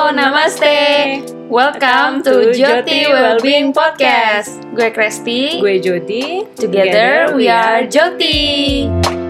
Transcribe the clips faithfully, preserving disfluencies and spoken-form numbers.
Halo, namaste. Welcome to Jyoti Wellbeing Podcast. Gue Kresti. Gue Jyoti. Together we are Jyoti.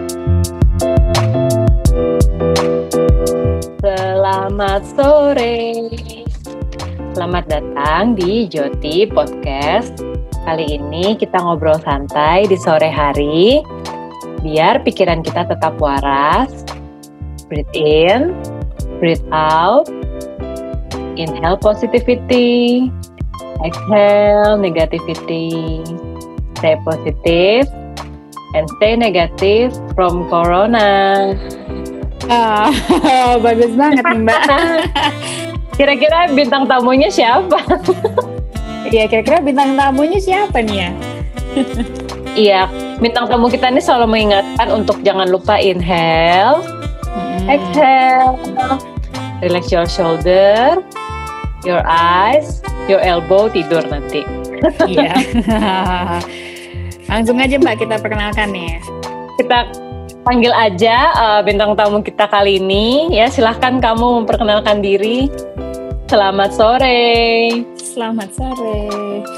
Selamat sore. Selamat datang di Jyoti Podcast. Kali ini kita ngobrol santai di sore hari, biar pikiran kita tetap waras. Breathe in, breathe out. Inhale positivity, exhale negativity. Stay positive and stay negative from corona. Ah, bagus banget nih Mbak. Kira-kira bintang tamunya siapa? Iya, kira-kira bintang tamunya siapa nih ya? Iya, bintang tamu kita ini selalu mengingatkan untuk jangan lupa inhale, hmm. exhale, relax your shoulder, your eyes, your elbow, tidur nanti. Iya. Langsung aja Mbak kita perkenalkan nih. Kita panggil aja uh, bintang tamu kita kali ini. Ya, silahkan kamu memperkenalkan diri. Selamat sore. Selamat sore.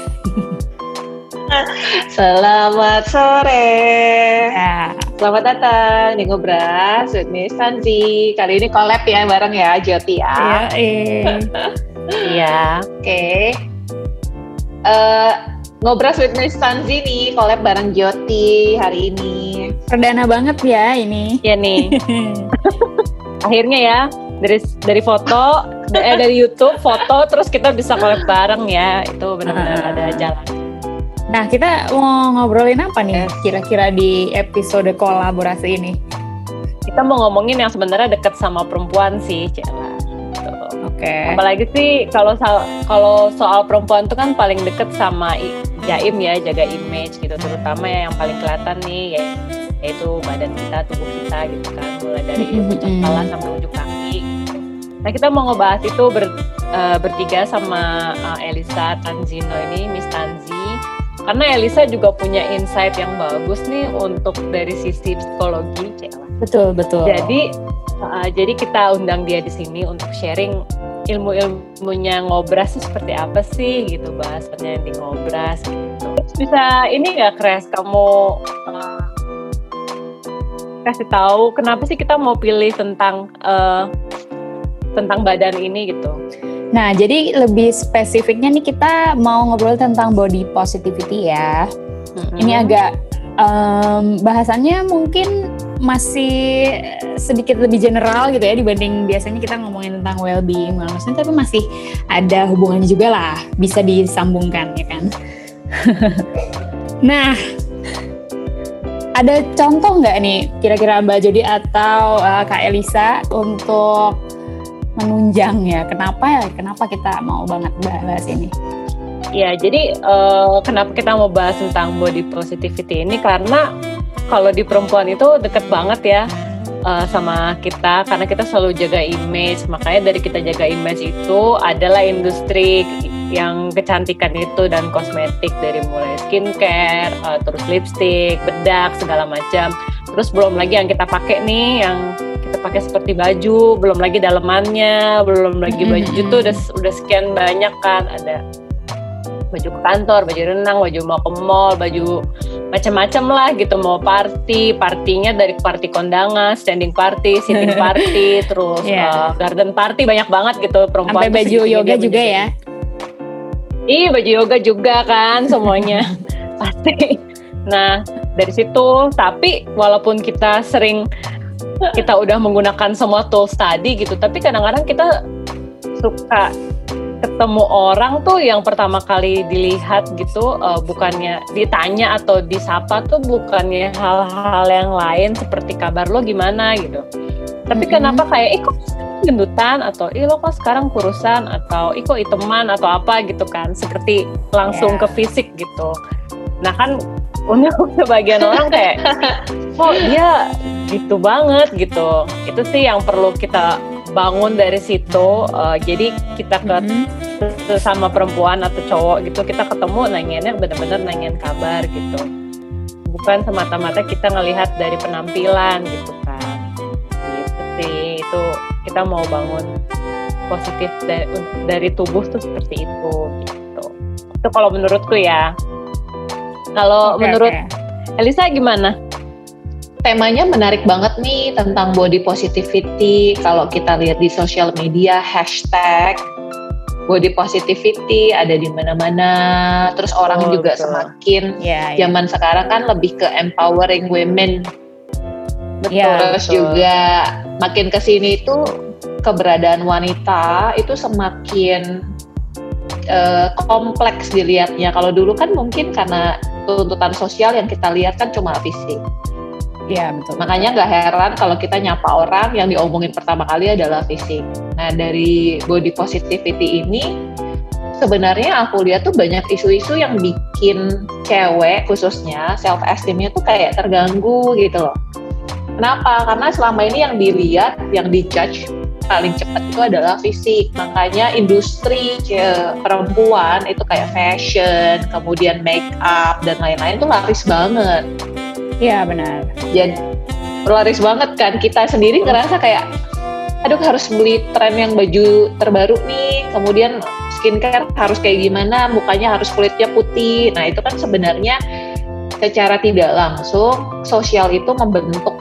Selamat sore. Ya. Selamat datang di Ngobras with Miss Tanzi. Kali ini collab ya bareng ya Jyoti ya. Iya. Eh. Iya. Oke. Okay. Uh, Ngobras with Miss Tanzi nih collab bareng Jyoti hari ini. Perdana banget ya ini. Iya nih. Akhirnya ya dari dari foto eh dari YouTube foto terus kita bisa collab bareng ya. Itu benar-benar uh. ada jalan. Nah, kita mau ngobrolin apa nih kira-kira di episode kolaborasi ini? Kita mau ngomongin yang sebenarnya dekat sama perempuan sih, Cela. Gitu. Oke. Okay. Apalagi sih kalau kalau soal perempuan itu kan paling deket sama jaim ya, jaga image gitu, terutama ya yang paling kelihatan nih ya, yaitu badan kita, tubuh kita gitu kan, mulai dari ujung kepala sampai ujung kaki. Nah, kita mau ngebahas itu ber, uh, bertiga sama uh, Elisa Tanzino ini, Miss Tanzi. Karena Elisa juga punya insight yang bagus nih untuk dari sisi psikologi, Cela. Betul, betul. Jadi, uh, jadi kita undang dia di sini untuk sharing ilmu-ilmunya ngobras itu seperti apa sih, gitu, bahasannya di ngobras. Gitu. Terus bisa ini nggak, Kres, kamu uh, kasih tahu kenapa sih kita mau pilih tentang uh, tentang badan ini gitu? Nah, jadi lebih spesifiknya nih kita mau ngobrol tentang body positivity ya. Mm-hmm. Ini agak um, bahasannya mungkin masih sedikit lebih general gitu ya dibanding biasanya kita ngomongin tentang well-being, wellness, tapi masih ada hubungannya juga lah, bisa disambungkan ya kan. Nah, ada contoh nggak nih kira-kira Mbak Jody atau uh, Kak Elisa untuk menunjang ya, kenapa ya, kenapa kita mau banget bahas ini? Ya, jadi uh, kenapa kita mau bahas tentang body positivity ini, karena kalau di perempuan itu deket banget ya uh, sama kita, karena kita selalu jaga image, makanya dari kita jaga image itu adalah industri yang kecantikan itu dan kosmetik, dari mulai skincare, uh, terus lipstick, bedak, segala macam. Terus belum lagi yang kita pakai nih, yang kita pakai seperti baju, belum lagi dalemannya, belum lagi baju mm-hmm. tuh udah udah sekian banyak kan, ada baju ke kantor, baju renang, baju mau ke mall, baju macam-macam lah gitu, mau party, partinya dari party kondangan, standing party, sitting party, terus yeah. uh, garden party, banyak banget gitu perempuan. Sampai baju yoga juga ya? Iya, baju yoga juga kan semuanya pasti. Nah dari situ, tapi walaupun kita sering kita udah menggunakan semua tools tadi gitu, tapi kadang-kadang kita suka ketemu orang tuh yang pertama kali dilihat gitu, uh, bukannya ditanya atau disapa tuh bukannya hal-hal yang lain seperti kabar lo gimana gitu, tapi mm-hmm. kenapa kayak ih kok gendutan, atau ih lo kok sekarang kurusan, atau ih kok iteman atau apa gitu kan, seperti langsung yeah. ke fisik gitu. Nah kan untuk sebagian orang kayak kok dia gitu banget gitu. Itu sih yang perlu kita bangun dari situ. Uh, jadi kita ke mm-hmm. sama perempuan atau cowok gitu, kita ketemu nanyainnya benar-benar nanyain kabar gitu. Bukan semata-mata kita ngelihat dari penampilan gitu kan. Gitu sih, itu kita mau bangun positif dari, dari tubuh tuh seperti itu gitu. Itu kalau menurutku ya. Kalau okay, menurut okay. Elisa gimana? Temanya menarik banget nih tentang body positivity. Kalau kita lihat di sosial media, hashtag body positivity ada di mana-mana. Terus orang oh, juga betul. semakin yeah, zaman yeah. sekarang kan lebih ke empowering women. Betul. Yeah, Terus betul. juga makin kesini itu keberadaan wanita itu semakin uh, kompleks dilihatnya. Kalau dulu kan mungkin karena tuntutan sosial yang kita lihat kan cuma fisik. Iya betul. Makanya nggak heran kalau kita nyapa orang yang diomongin pertama kali adalah fisik. Nah dari body positivity ini sebenarnya aku lihat tuh banyak isu-isu yang bikin cewek khususnya self esteemnya tuh kayak terganggu gitu loh. Kenapa? Karena selama ini yang dilihat, yang dijudge paling cepat itu adalah fisik. Makanya industri ce- perempuan itu kayak fashion, kemudian make up dan lain-lain tuh laris banget. Iya benar. Jadi laris banget kan, kita sendiri ngerasa kayak aduh harus beli tren yang baju terbaru nih, kemudian skincare harus kayak gimana, mukanya harus kulitnya putih. Nah itu kan sebenarnya secara tidak langsung sosial itu membentuk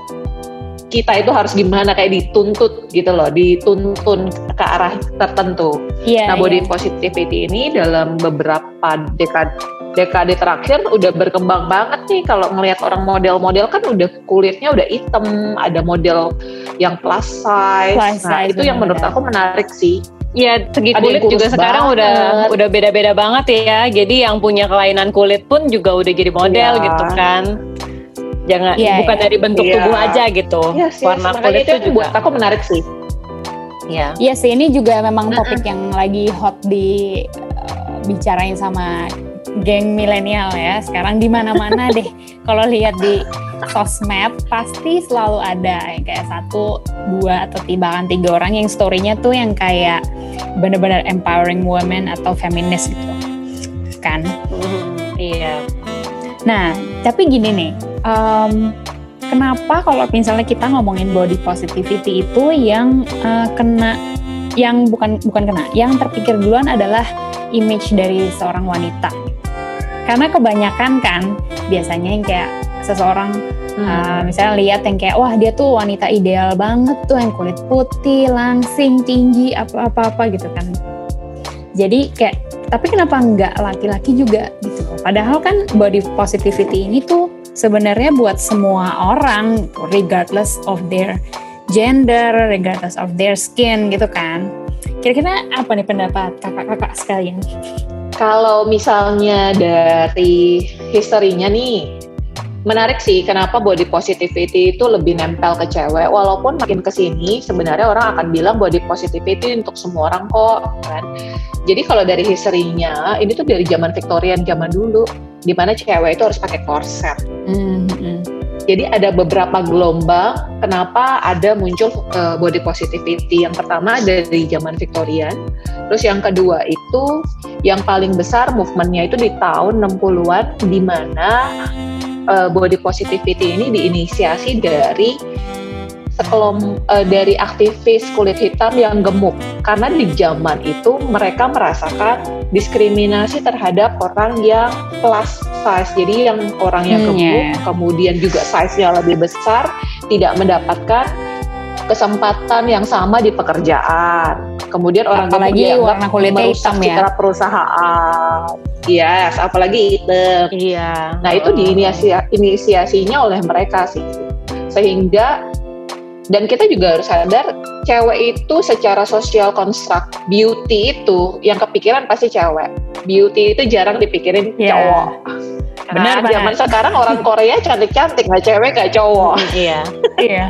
kita itu harus gimana, kayak dituntut gitu loh, dituntun ke arah tertentu. Yeah, nah body yeah. positivity ini dalam beberapa dekade dekade terakhir udah berkembang banget nih. Kalau ngelihat orang model-model kan udah kulitnya udah hitam, ada model yang plus size. Plus nah size itu yang menurut aku menarik sih. Ya segi kulit juga sekarang banget. udah udah beda-beda banget ya. Jadi yang punya kelainan kulit pun juga udah jadi model ya. gitu kan. Jangan ya, bukan ya. dari bentuk ya. tubuh aja gitu. Ya, sih, warna kulit itu juga buat aku menarik sih. Iya. Iya sih, ini juga memang topik uh-uh. yang lagi hot di uh, bicarain sama geng milenial ya. Sekarang di mana-mana deh. Kalau lihat di sosmed pasti selalu ada yang kayak satu, dua atau bahkan tiga orang yang story-nya tuh yang kayak benar-benar empowering women atau feminist gitu. Kan? Mm, iya. Nah, tapi gini nih. Um, kenapa kalau misalnya kita ngomongin body positivity itu yang uh, kena, yang bukan bukan kena, yang terpikir duluan adalah image dari seorang wanita. Karena kebanyakan kan biasanya yang kayak seseorang hmm. uh, misalnya lihat yang kayak wah dia tuh wanita ideal banget tuh, yang kulit putih, langsing, tinggi, apa-apa-apa gitu kan. Jadi kayak tapi kenapa enggak laki-laki juga gitu. Padahal kan body positivity ini tuh sebenarnya buat semua orang regardless of their gender, regardless of their skin gitu kan. Kira-kira apa nih pendapat kakak-kakak sekalian? Kalau misalnya dari historinya nih, menarik sih kenapa body positivity itu lebih nempel ke cewek. Walaupun makin kesini sebenarnya orang akan bilang body positivity untuk semua orang kok kan. Jadi kalau dari historinya, ini tuh dari zaman Victorian zaman dulu, di mana cewek itu harus pakai korset. Mm-hmm. Jadi ada beberapa gelombang kenapa ada muncul uh, body positivity. Yang pertama dari zaman Victorian, terus yang kedua itu yang paling besar movementnya itu di tahun enam puluhan, di mana uh, body positivity ini diinisiasi dari sekelom uh, dari aktivis kulit hitam yang gemuk. Karena di zaman itu mereka merasakan diskriminasi terhadap orang yang plus size. Jadi yang orang yang gemuk, hmm, yeah. kemudian juga size-nya lebih besar, tidak mendapatkan kesempatan yang sama di pekerjaan. Kemudian orang apalagi warna kulitnya hitam ya. Citra perusahaan. Yes, apalagi hitam. Iya. Nah, itu diinisiasinya oleh mereka sih. Sehingga dan kita juga harus sadar cewek itu secara sosial construct beauty itu yang kepikiran pasti cewek. Beauty itu jarang dipikirin yeah. cowok. Benar nah, zaman sekarang orang Korea cantik-cantik, nggak cewek nggak cowok. Iya. Iya.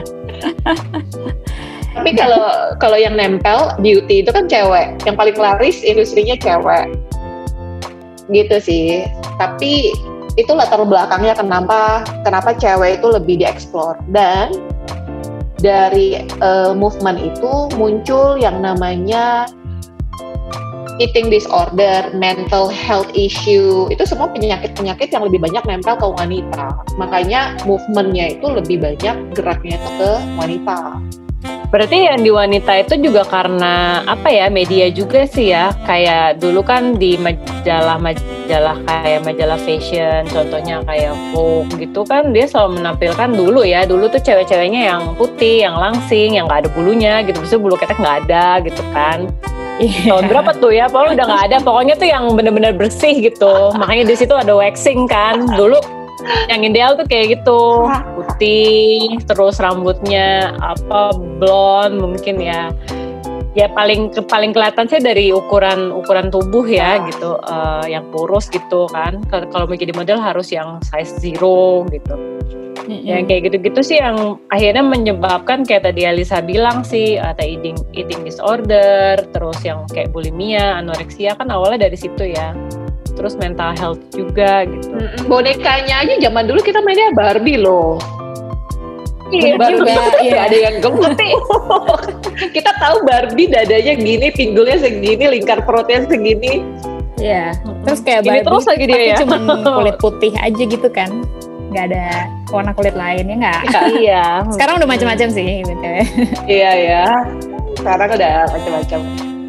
Tapi kalau kalau yang nempel beauty itu kan cewek. Yang paling laris industrinya cewek. Gitu sih. Tapi itu latar belakangnya kenapa kenapa cewek itu lebih dieksplor. Dan dari uh, movement itu muncul yang namanya eating disorder, mental health issue. Itu semua penyakit-penyakit yang lebih banyak nempel ke wanita. Makanya movementnya itu lebih banyak geraknya itu ke wanita. Berarti yang di wanita itu juga karena apa ya, media juga sih ya. Kayak dulu kan di majalah-majalah kayak majalah fashion, contohnya kayak Vogue gitu kan, dia selalu menampilkan dulu ya, dulu tuh cewek-ceweknya yang putih, yang langsing, yang nggak ada bulunya gitu, bisa bulu ketek nggak ada gitu kan. Yeah. Tahun berapa tuh ya, pokoknya udah nggak ada, pokoknya tuh yang bener-bener bersih gitu. Makanya di situ ada waxing kan, dulu yang ideal tuh kayak gitu, putih, terus rambutnya apa blonde mungkin ya, ya paling paling kelihatan sih dari ukuran ukuran tubuh ya gitu, uh, yang kurus gitu kan. Kalau mau jadi model harus yang size zero gitu. Mm-hmm. Yang kayak gitu-gitu sih yang akhirnya menyebabkan kayak tadi Alisa bilang sih, atau eating eating disorder, terus yang kayak bulimia, anoreksia kan awalnya dari situ ya. Terus mental health juga gitu. Bonekanya aja zaman dulu kita mainnya Barbie loh. Iya, Barbie juga iya. Ada yang gemuk. Kita tahu Barbie dadanya gini, pinggulnya segini, lingkar perutnya segini. Iya. Terus kayak gini Barbie terus lagi dia ya. Cuma kulit putih aja gitu kan. Nggak ada warna kulit lainnya nggak? Iya. Sekarang udah macam-macam sih gitu. Iya ya. Sekarang udah macam-macam.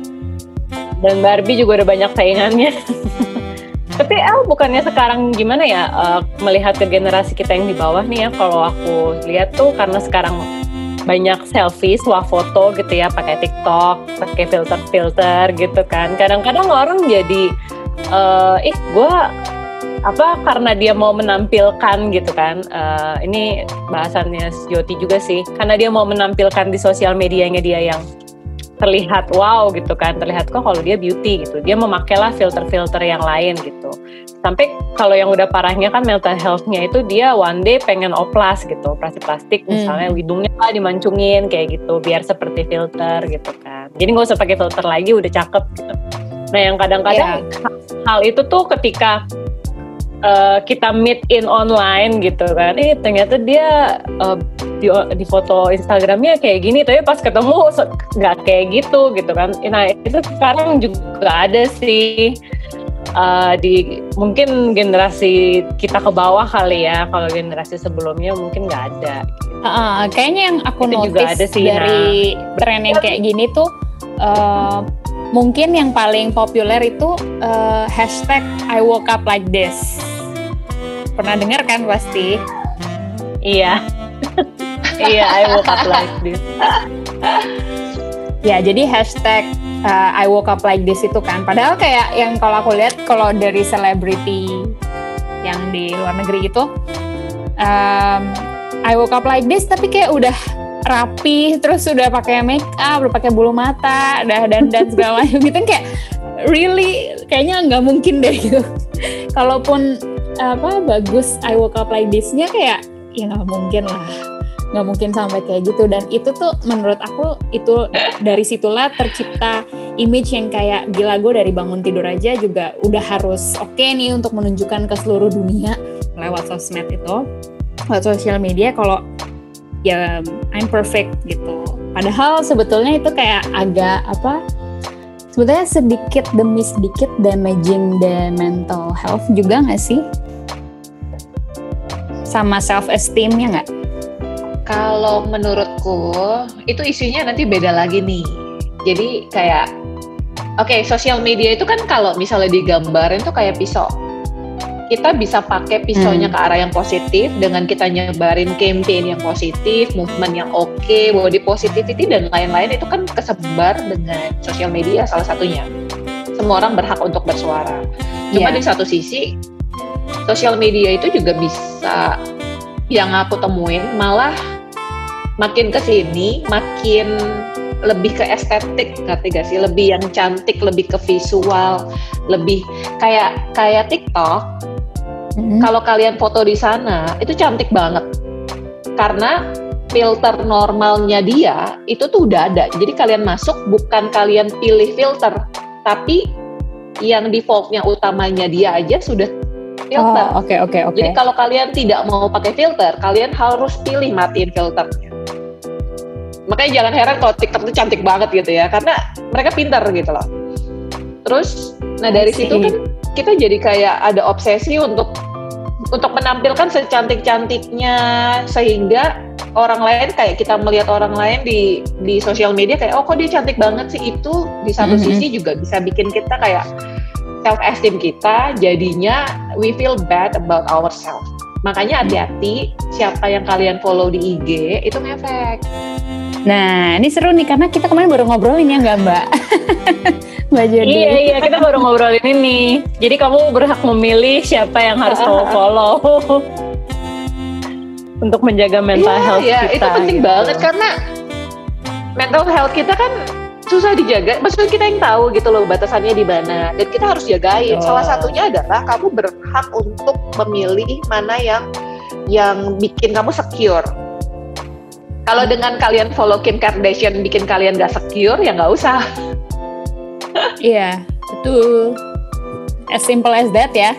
Dan Barbie juga udah banyak saingannya. Tapi El bukannya sekarang gimana ya, uh, melihat ke generasi kita yang di bawah nih ya, kalau aku lihat tuh karena sekarang banyak selfie, swafoto gitu ya, pakai TikTok, pakai filter-filter gitu kan. Kadang-kadang orang jadi, uh, ih gue apa karena dia mau menampilkan gitu kan. Uh, ini bahasannya Jyoti juga sih, karena dia mau menampilkan di sosial medianya dia yang terlihat wow gitu kan, terlihat kok kalau dia beauty gitu, dia memakailah filter-filter yang lain gitu, sampai kalau yang udah parahnya kan mental health-nya itu dia one day pengen oplas gitu, operasi plastik misalnya, hmm. hidungnya lah dimancungin kayak gitu biar seperti filter gitu kan, jadi nggak usah pakai filter lagi udah cakep gitu. Nah yang kadang-kadang yeah. hal itu tuh ketika uh, kita meet in online gitu kan, eh ternyata dia uh, Di, di foto Instagramnya kayak gini, tapi pas ketemu nggak kayak gitu gitu kan. Nah itu sekarang juga ada sih, uh, di mungkin generasi kita ke bawah kali ya, kalau generasi sebelumnya mungkin nggak ada gitu. uh, kayaknya yang aku notice dari nah, tren yang kayak gini tuh uh, mungkin yang paling populer itu uh, hashtag I woke up like this. Pernah dengar kan pasti? Iya. Iya, I woke up like this. Ya, jadi hashtag uh, I woke up like this itu kan, padahal kayak yang kalau aku lihat kalau dari selebriti yang di luar negeri itu, um, I woke up like this, tapi kayak udah rapi, terus udah pakai make up, udah pakai bulu mata, udah dandan segala macam gitu, kayak really kayaknya nggak mungkin deh gitu. Kalaupun apa bagus I woke up like this-nya kayak ya nggak mungkin lah. Nggak mungkin sampai kayak gitu, dan itu tuh menurut aku itu dari situlah tercipta image yang kayak gila, gue dari bangun tidur aja juga udah harus oke okay nih untuk menunjukkan ke seluruh dunia lewat sosmed itu, lewat sosial media kalau ya I'm perfect gitu. Padahal sebetulnya itu kayak agak apa, sebetulnya sedikit demi sedikit damaging the mental health juga nggak sih, sama self esteemnya nggak? Kalau menurutku itu isunya nanti beda lagi nih. Jadi kayak oke, okay, sosial media itu kan kalau misalnya digambarin tuh kayak pisau. Kita bisa pakai pisaunya hmm. ke arah yang positif dengan kita nyebarin campaign yang positif, movement yang oke, okay, body positivity dan lain-lain, itu kan kesebar dengan sosial media salah satunya. Semua orang berhak untuk bersuara. Cuma yeah. di satu sisi sosial media itu juga bisa, yang aku temuin malah makin kesini makin lebih ke estetik, ngerti gak sih? Lebih yang cantik, lebih ke visual, lebih kayak kayak TikTok. Mm-hmm. Kalau kalian foto di sana itu cantik banget karena filter normalnya dia itu tuh udah ada. Jadi kalian masuk bukan kalian pilih filter, tapi yang defaultnya utamanya dia aja sudah filter. Oh, oke oke oke. Jadi kalau kalian tidak mau pakai filter, kalian harus pilih matiin filternya. Makanya jangan heran kalau TikTok itu cantik banget gitu ya, karena mereka pintar gitu loh. Terus, nah dari situ kan kita jadi kayak ada obsesi untuk untuk menampilkan secantik-cantiknya, sehingga orang lain, kayak kita melihat orang lain di di sosial media kayak oh kok dia cantik banget sih, itu di satu mm-hmm. sisi juga bisa bikin kita kayak self esteem kita jadinya we feel bad about ourselves. Makanya hati-hati siapa yang kalian follow di I G itu ngefek. Nah ini seru nih karena kita kemarin baru ngobrolin ya nggak Mbak? Mbak Jody. Iya iya kita baru ngobrolin ini. Jadi kamu berhak memilih siapa yang harus kamu follow. Untuk menjaga mental yeah, health yeah, kita. Itu penting gitu. banget karena mental health kita kan susah dijaga. Maksudnya kita yang tahu gitu loh batasannya di mana dan kita harus jagain. Oh. Salah satunya adalah kamu berhak untuk memilih mana yang yang bikin kamu secure. Kalau dengan kalian follow Kim Kardashian bikin kalian gak secure ya nggak usah. Iya, betul. As simple as that ya.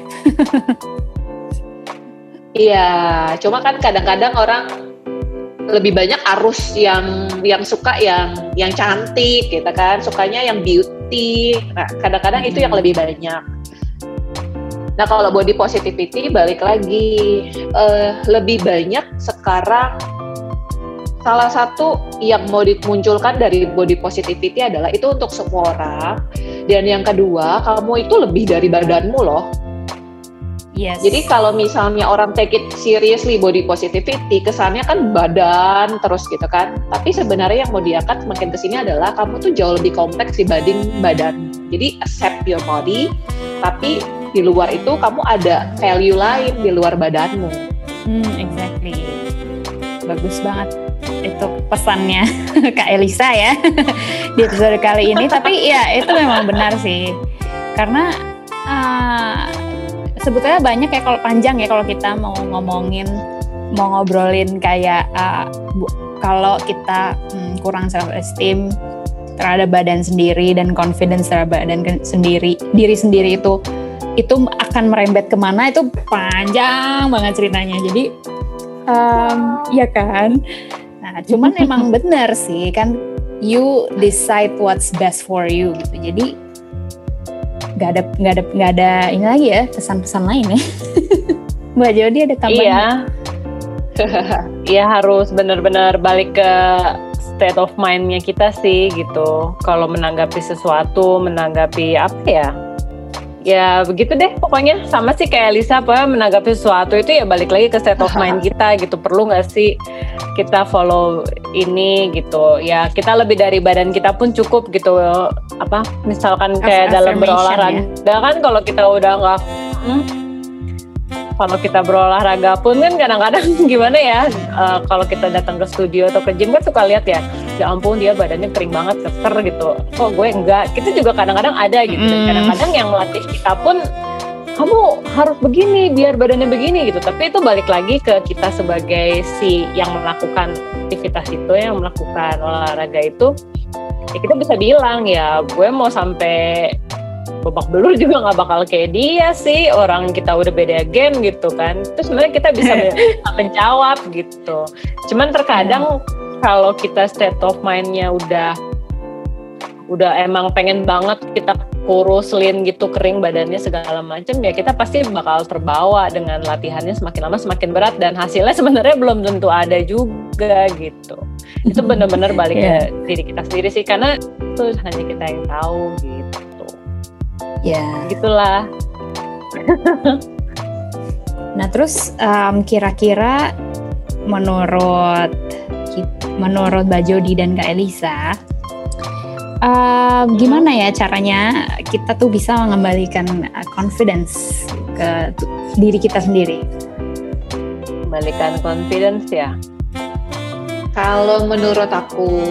Iya, cuma kan kadang-kadang orang lebih banyak arus yang yang suka yang yang cantik gitu kan, sukanya yang beauty. Nah, kadang-kadang itu yang lebih banyak. Nah, kalau body positivity balik lagi uh, lebih banyak sekarang salah satu yang mau dimunculkan dari body positivity adalah itu untuk semua orang. Dan yang kedua, kamu itu lebih dari badanmu loh. Yes. Jadi kalau misalnya orang take it seriously body positivity, kesannya kan badan terus gitu kan. Tapi sebenarnya yang mau diangkat semakin kesini adalah kamu tuh jauh lebih kompleks dibanding badan. Jadi accept your body, tapi di luar itu kamu ada value lain di luar badanmu. Hmm, exactly. Bagus banget itu pesannya Kak Elisa ya di episode kali ini. Tapi ya itu memang benar sih. Karena uh, sebetulnya banyak ya kalau panjang ya kalau kita mau ngomongin mau ngobrolin kayak uh, bu, kalau kita hmm, kurang self esteem terhadap badan sendiri dan confidence terhadap badan sendiri diri sendiri itu itu akan merembet kemana itu panjang banget ceritanya. Jadi um, ya kan. Nah cuman emang benar sih kan you decide what's best for you gitu. Jadi Gak ada, gak ada, gak ada ini lagi ya pesan-pesan lain ya. Mbak Jody ada tambahan? Iya, iya harus benar-benar balik ke state of mind-nya kita sih gitu. Kalau menanggapi sesuatu, menanggapi apa ya? Ya begitu deh pokoknya sama sih kayak Lisa apa menanggapi sesuatu itu ya balik lagi ke state of mind kita gitu. Perlu nggak sih kita follow ini gitu ya, kita lebih dari badan kita pun cukup gitu apa misalkan kayak dalam berolahraga ya? Kan kalau kita udah nggak hmm, kalau kita berolahraga pun kan kadang-kadang gimana ya uh, kalau kita datang ke studio atau ke gym kan suka lihat ya ya ampun dia badannya kering banget keker gitu, kok gue enggak, kita juga kadang-kadang ada gitu. Dan kadang-kadang yang melatih kita pun kamu harus begini biar badannya begini gitu, tapi itu balik lagi ke kita sebagai si yang melakukan aktivitas itu, yang melakukan olahraga itu ya kita bisa bilang ya gue mau sampai babak belur juga nggak bakal kayak dia sih, orang kita udah beda game gitu kan. Terus sebenarnya kita bisa menjawab gitu. Cuman terkadang kalau kita state of mind-nya udah udah emang pengen banget kita kurus, lean gitu, kering badannya segala macam ya kita pasti bakal terbawa dengan latihannya semakin lama semakin berat dan hasilnya sebenarnya belum tentu ada juga gitu. Itu benar-benar balik yeah. ke diri kita sendiri sih karena itu hanya kita yang tahu gitu. Ya, yeah. Gitulah. Nah, terus um, kira-kira menurut menurut Mbak Jody dan Kak Elisa, um, gimana ya caranya kita tuh bisa mengembalikan uh, confidence ke t- diri kita sendiri? Kembalikan confidence ya. Kalau menurut aku,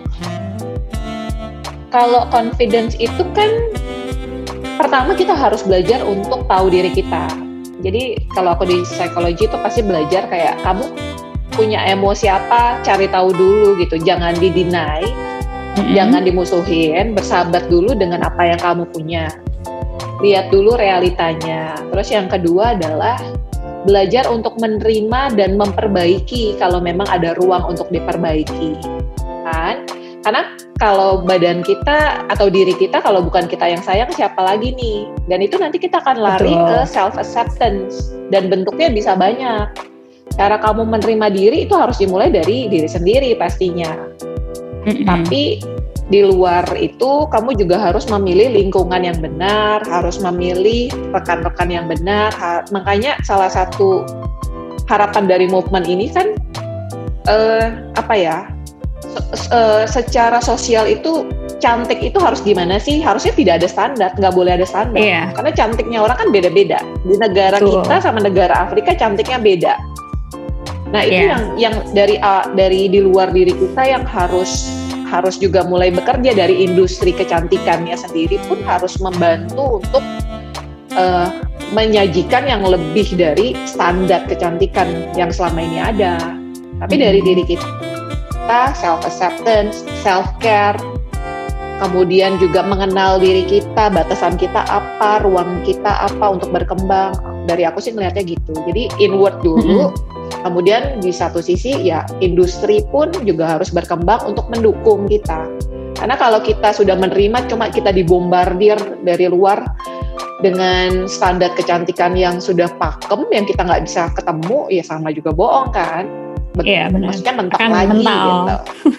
kalau confidence itu kan pertama kita harus belajar untuk tahu diri kita. Jadi kalau aku di psikologi itu pasti belajar kayak kamu punya emosi apa, cari tahu dulu gitu. Jangan di-deny, mm-hmm. jangan dimusuhin, bersahabat dulu dengan apa yang kamu punya. Lihat dulu realitanya. Terus yang kedua adalah belajar untuk menerima dan memperbaiki kalau memang ada ruang untuk diperbaiki. Kan? Karena kalau badan kita atau diri kita kalau bukan kita yang sayang siapa lagi nih? Dan itu nanti kita akan lari Betul. ke self acceptance dan bentuknya bisa banyak. cara kamu menerima diri itu harus dimulai dari diri sendiri pastinya. Mm-hmm. Tapi di luar itu kamu juga harus memilih lingkungan yang benar, harus memilih rekan-rekan yang benar. Ha- makanya salah satu harapan dari movement ini kan uh, apa ya? Se- uh, secara sosial itu cantik itu harus gimana sih? Harusnya tidak ada standar, nggak boleh ada standar. Yeah. Karena cantiknya orang kan beda-beda. Di negara Betul. kita sama negara Afrika cantiknya beda. Nah itu yeah. yang yang dari uh, dari di luar diri kita yang harus harus juga mulai bekerja dari industri kecantikannya sendiri pun harus membantu untuk uh, menyajikan yang lebih dari standar kecantikan yang selama ini ada. Tapi mm-hmm. dari diri kita, self acceptance, self care. Kemudian juga mengenal diri kita, batasan kita apa, ruang kita apa untuk berkembang. Dari aku sih ngelihatnya gitu. Jadi inward dulu, mm-hmm. kemudian di satu sisi ya industri pun juga harus berkembang untuk mendukung kita. Karena kalau kita sudah menerima, cuma kita dibombardir dari luar dengan standar kecantikan yang sudah pakem, yang kita nggak bisa ketemu, ya sama juga bohong kan. Iya benar. Maksudnya mentok Akan lagi mental. gitu.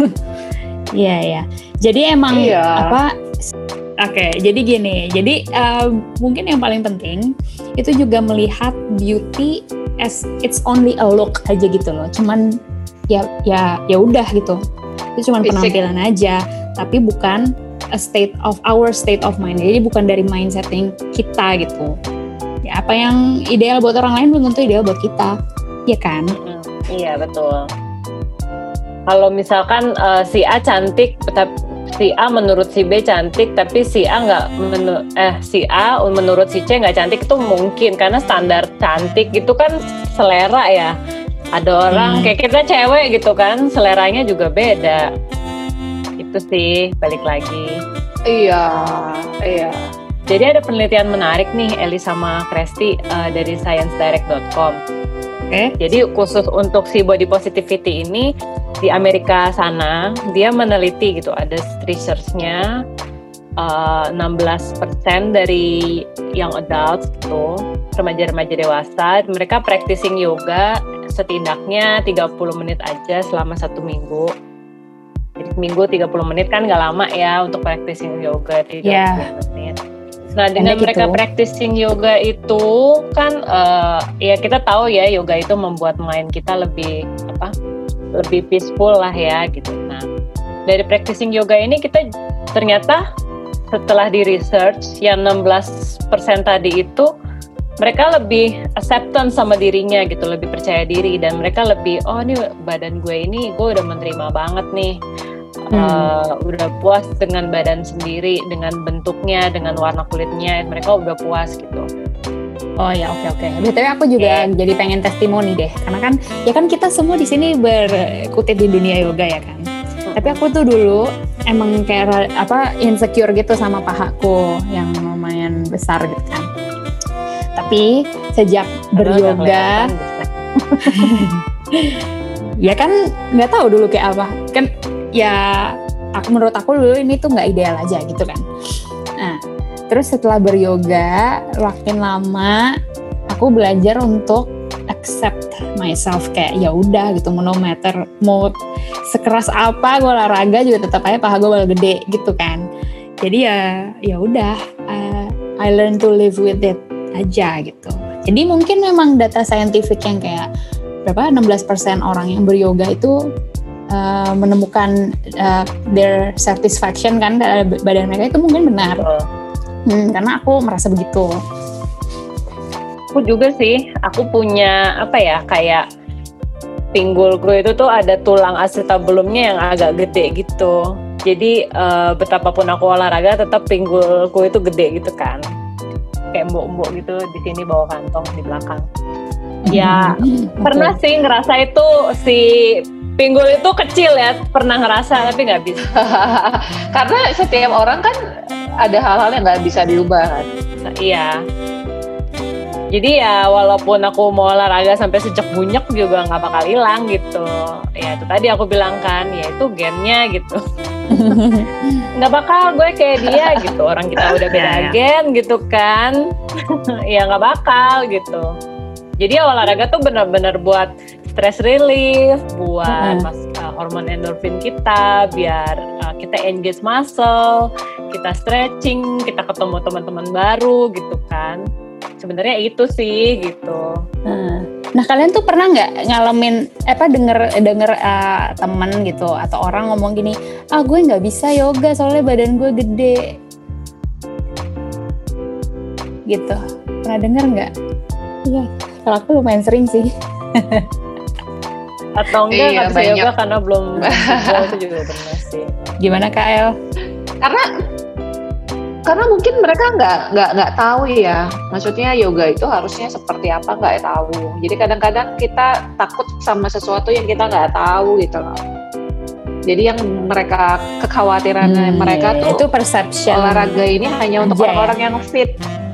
Iya ya. Jadi emang iya. apa? Oke, okay, jadi gini. Jadi uh, mungkin yang paling penting itu juga melihat beauty as it's only a look aja gitu loh. Cuman ya ya ya udah gitu. Itu cuman penampilan aja, tapi bukan a state of our state of mind. Jadi bukan dari mindsetting kita gitu. Ya apa yang ideal buat orang lain belum tentu ideal buat kita. Iya kan? Mm-hmm. Iya betul. Kalau misalkan uh, si A cantik, tapi si A menurut si B cantik, tapi si A nggak menu- eh si A menurut si C nggak cantik, itu mungkin karena standar cantik gitu kan selera ya. Ada orang hmm. kayak kita cewek gitu kan, seleranya juga beda. Itu sih balik lagi. Iya, iya. Jadi ada penelitian menarik nih Eli sama Kresti uh, dari science direct dot com. Oke, okay. Jadi khusus untuk si body positivity ini di Amerika sana dia meneliti gitu, ada research-nya uh, enam belas persen dari young adults gitu, remaja-remaja dewasa, mereka practicing yoga setidaknya tiga puluh menit aja selama satu minggu. Jadi seminggu tiga puluh menit kan nggak lama ya untuk practicing yoga tiga puluh yeah. menit. Nah dengan Anda mereka gitu. Practicing yoga itu kan uh, ya kita tahu ya yoga itu membuat mind kita lebih apa lebih peaceful lah ya gitu. Nah dari practicing yoga ini kita ternyata setelah di research yang enam belas persen tadi itu mereka lebih acceptance sama dirinya gitu, lebih percaya diri dan mereka lebih oh ini badan gue ini gue udah menerima banget nih. Hmm. Uh, udah puas dengan badan sendiri, dengan bentuknya, dengan warna kulitnya, mereka udah puas gitu. Oh ya oke oke. B T W aku juga okay. jadi pengen testimoni deh, karena kan ya kan kita semua di sini berkutit di dunia yoga ya kan. Hmm. Tapi aku tuh dulu emang kayak apa insecure gitu sama pahaku yang lumayan besar gitu kan. Tapi sejak beryoga, ya kan nggak tahu dulu kayak apa kan. Ya, aku menurut aku dulu ini tuh nggak ideal aja gitu kan. Nah, terus setelah beryoga, makin lama aku belajar untuk accept myself kayak ya udah gitu, no matter mau sekeras apa gue olahraga juga tetap aja paha gue bakal gede gitu kan. Jadi ya ya udah, uh, I learn to live with it aja gitu. Jadi mungkin memang data saintifik yang kayak berapa enam belas persen orang yang beryoga itu Uh, menemukan uh, their satisfaction kan badan mereka itu mungkin benar. Hmm, karena aku merasa begitu. Aku juga sih, aku punya apa ya kayak pinggulku itu tuh ada tulang acetabulumnya yang agak gede gitu. Jadi uh, betapapun aku olahraga tetap pinggulku itu gede gitu kan. Kayak mbok-mbok gitu di sini bawa kantong di belakang. Ya hmm, pernah okay. sih ngerasa itu si pinggul itu kecil ya, pernah ngerasa tapi nggak bisa. Karena setiap orang kan ada hal-hal yang nggak bisa diubah kan. Nah, iya. Jadi ya walaupun aku mau olahraga sampai sejak bunyek juga nggak bakal hilang gitu. Ya itu tadi aku bilang kan, ya itu gennya gitu. Nggak bakal gue kayak dia gitu. Orang kita udah beda gen gitu kan. Ya nggak bakal gitu. Jadi olahraga tuh benar-benar buat stress relief, buat Mm-hmm. mas, uh, hormon endorfin kita, biar uh, kita engage muscle, kita stretching, kita ketemu teman-teman baru gitu kan. Sebenarnya itu sih gitu. Hmm. Nah kalian tuh pernah nggak ngalamin apa denger denger uh, teman gitu atau orang ngomong gini, ah gue nggak bisa yoga soalnya badan gue gede, gitu. Pernah denger nggak? Iya, kalau aku lumayan sering sih. Atau enggak Iya, nggak bisa banyak. yoga karena belum football itu juga pernah sih. Gimana Kak El? Karena karena mungkin mereka nggak nggak nggak tahu ya, maksudnya yoga itu harusnya seperti apa nggak tahu. Jadi kadang-kadang kita takut sama sesuatu yang kita nggak tahu gitu loh. Jadi yang mereka kekhawatiran Hmm, mereka iya, tuh itu perception olahraga ini hanya untuk aja ya. orang-orang yang fit.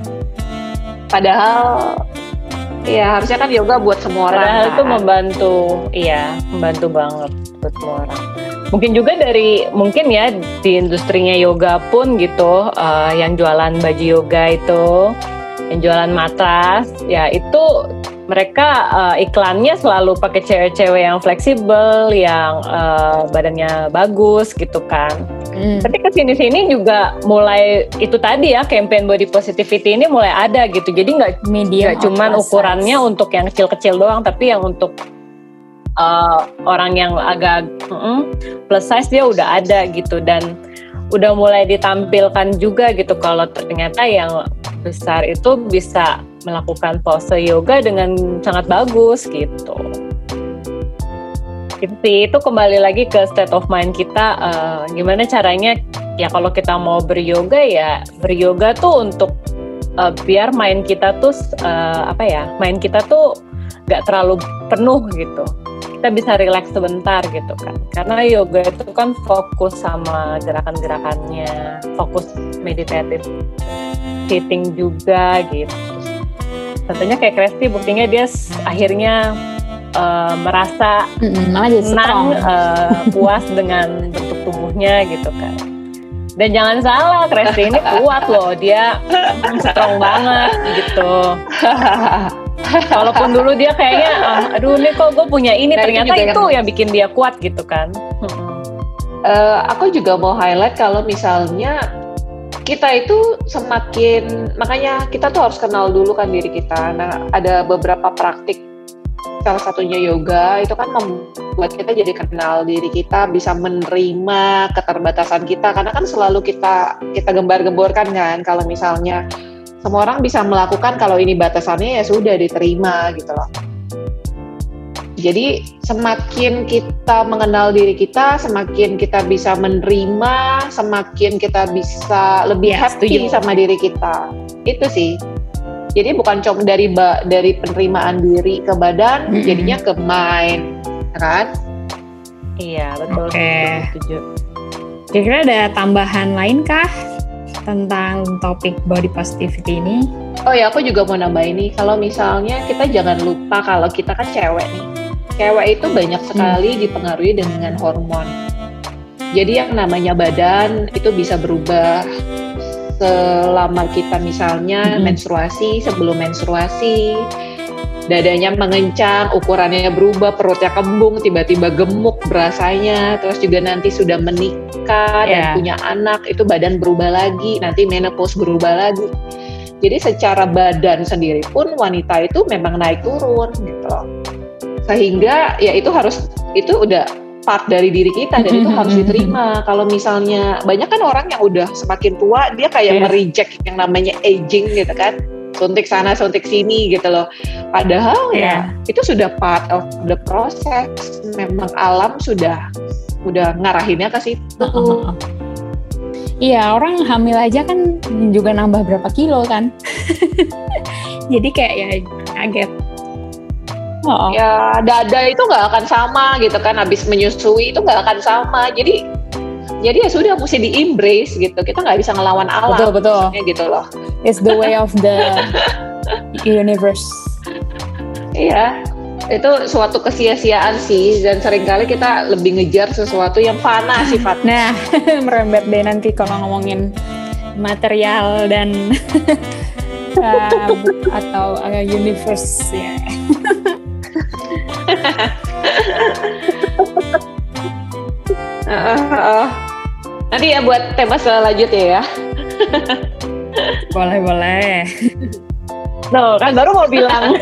Padahal ya harusnya kan yoga buat semua orang. Padahal kan. itu membantu, iya membantu banget buat semua orang. Mungkin juga dari mungkin ya di industrinya yoga pun gitu, uh, yang jualan baju yoga itu, yang jualan matras, ya itu mereka uh, iklannya selalu pakai cewek-cewek yang fleksibel, yang uh, badannya bagus gitu kan. Hmm. Tapi kesini-sini juga mulai itu tadi ya, campaign body positivity ini mulai ada gitu. Jadi nggak Medium nggak cuman or plus ukurannya size. untuk yang kecil-kecil doang, tapi yang untuk uh, orang yang agak mm, plus size dia udah ada gitu, dan udah mulai ditampilkan juga gitu kalau ternyata yang besar itu bisa melakukan pose yoga dengan sangat bagus gitu. Itu sih, itu kembali lagi ke state of mind kita, uh, gimana caranya ya kalau kita mau beryoga ya beryoga tuh untuk uh, biar mind kita tuh uh, apa ya mind kita tuh gak terlalu penuh gitu, kita bisa relax sebentar gitu kan, karena yoga itu kan fokus sama gerakan-gerakannya, fokus meditatif sitting juga gitu. Tentunya kayak Kresti, buktinya dia s- akhirnya Uh, merasa Mm-mm, malah jadi strong. senang, uh, puas dengan bentuk tubuhnya gitu kan. Dan jangan salah, Kresti ini kuat loh, dia strong banget gitu. Walaupun dulu dia kayaknya, ah, aduh nih kok gue punya ini, Nah, itu ternyata juga itu, yang- yang bikin dia kuat gitu kan. Mm-mm. Eh, aku juga mau highlight kalau misalnya kita itu semakin, makanya kita tuh harus kenal dulu kan diri kita. Nah, ada beberapa praktik, salah satunya yoga, itu kan membuat kita jadi kenal diri kita, bisa menerima keterbatasan kita, karena kan selalu kita kita gembar-gemborkan kan, kalau misalnya semua orang bisa melakukan, kalau ini batasannya ya sudah diterima gitu loh. Jadi semakin kita mengenal diri kita, semakin kita bisa menerima, semakin kita bisa lebih Ya, happy setuju. sama diri kita. Itu sih. Jadi bukan cuma dari ba- dari penerimaan diri ke badan, Mm-mm. jadinya ke mind, ya kan? Iya betul, Oke. setuju. Kira-kira ada tambahan lain kah tentang topik body positivity ini? Oh ya, aku juga mau nambahin nih, kalau misalnya kita jangan lupa kalau kita kan cewek nih. Cewek itu banyak sekali dipengaruhi dengan hormon. Jadi yang namanya badan itu bisa berubah selama kita misalnya Mm-mm. menstruasi, sebelum menstruasi, dadanya mengencang, ukurannya berubah, perutnya kembung, tiba-tiba gemuk berasanya, terus juga nanti sudah menikah dan Yeah. punya anak, itu badan berubah lagi, nanti menopause berubah lagi. Jadi secara badan sendiri pun wanita itu memang naik turun gitu loh. Sehingga ya itu harus, itu udah part dari diri kita dan itu harus diterima. Kalau misalnya banyak kan orang yang udah semakin tua dia kayak Yeah. mereject yang namanya aging gitu kan, suntik sana suntik sini gitu loh. Padahal Yeah. ya itu sudah part of the process. Memang alam sudah udah ngarahinnya ke situ. Iya, orang hamil aja kan juga nambah berapa kilo kan. Jadi kayak ya kaget. Oh, Ya dada itu nggak akan sama gitu kan, habis menyusui itu nggak akan sama. Jadi jadi ya sudah mesti di-embrace gitu. Kita nggak bisa ngelawan alam. betul betul. maksudnya gitu loh. It's the way of the universe. Iya, itu suatu kesia-siaan sih, dan seringkali kita lebih ngejar sesuatu yang fana sifatnya. Nah, merembet deh nanti kalau ngomongin material dan uh, atau uh, universe ya. uh, uh, uh. Nanti ya buat tema selanjutnya ya. Boleh boleh. No, kan baru mau bilang.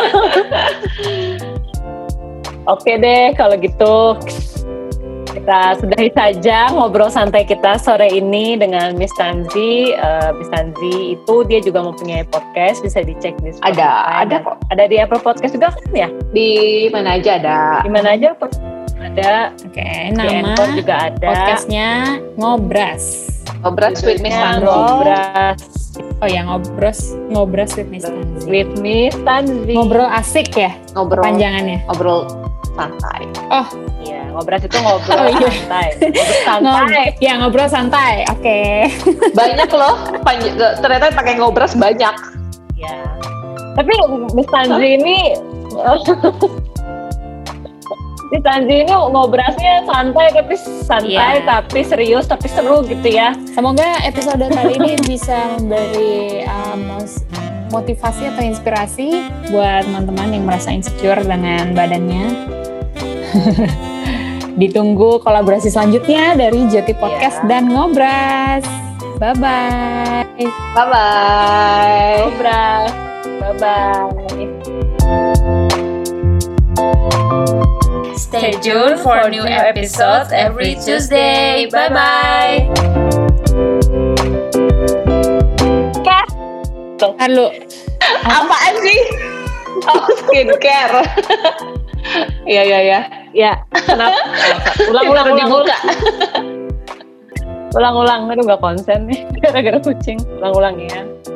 Oke deh, kalau gitu kita sudahi saja ngobrol santai kita sore ini dengan Miss Tanzi. Uh, Miss Tanzi itu dia juga mempunyai podcast, bisa dicek di Spotify. Ada, ada kok. Ada di Apple Podcast juga kan ya? Di mana aja ada. Di mana aja ada. Oke, Di nama Anchor juga ada. podcastnya Ngobras. Ngobras with Miss Tanzi. Ngobras. Oh ya, Ngobras, Ngobras with Miss Tanzi. With Miss Tanzi. Ngobrol asik ya? Ngobrol. Panjangannya. Ngobrol santai. Oh, iya, ngobras itu ngobrol Oh, iya. santai. Ngobrol santai. Ngob- ya ngobrol santai. Oke. Banyak loh, panj- ternyata pakai ngobras banyak. Iya. Tapi Miss Tanzi ini Miss Tanzi ini ngobrasnya santai tapi santai Iya. tapi serius tapi seru gitu ya. Semoga episode kali ini bisa memberi um, motivasi atau inspirasi buat teman-teman yang merasa insecure dengan badannya. Ditunggu kolaborasi selanjutnya dari Joti Podcast Iya. dan Ngobras. Bye-bye. Bye-bye. Ngobras. Bye-bye. Stay tuned for new episodes every Tuesday. Bye-bye. Halo. Apaan sih? Oh, skincare. Iya, iya, iya. Ya, kenapa? Ulang-ulang, Baru ulang, dibuka. ulang-ulang. Aduh, gak konsen nih gara-gara kucing. Ulang-ulang ya.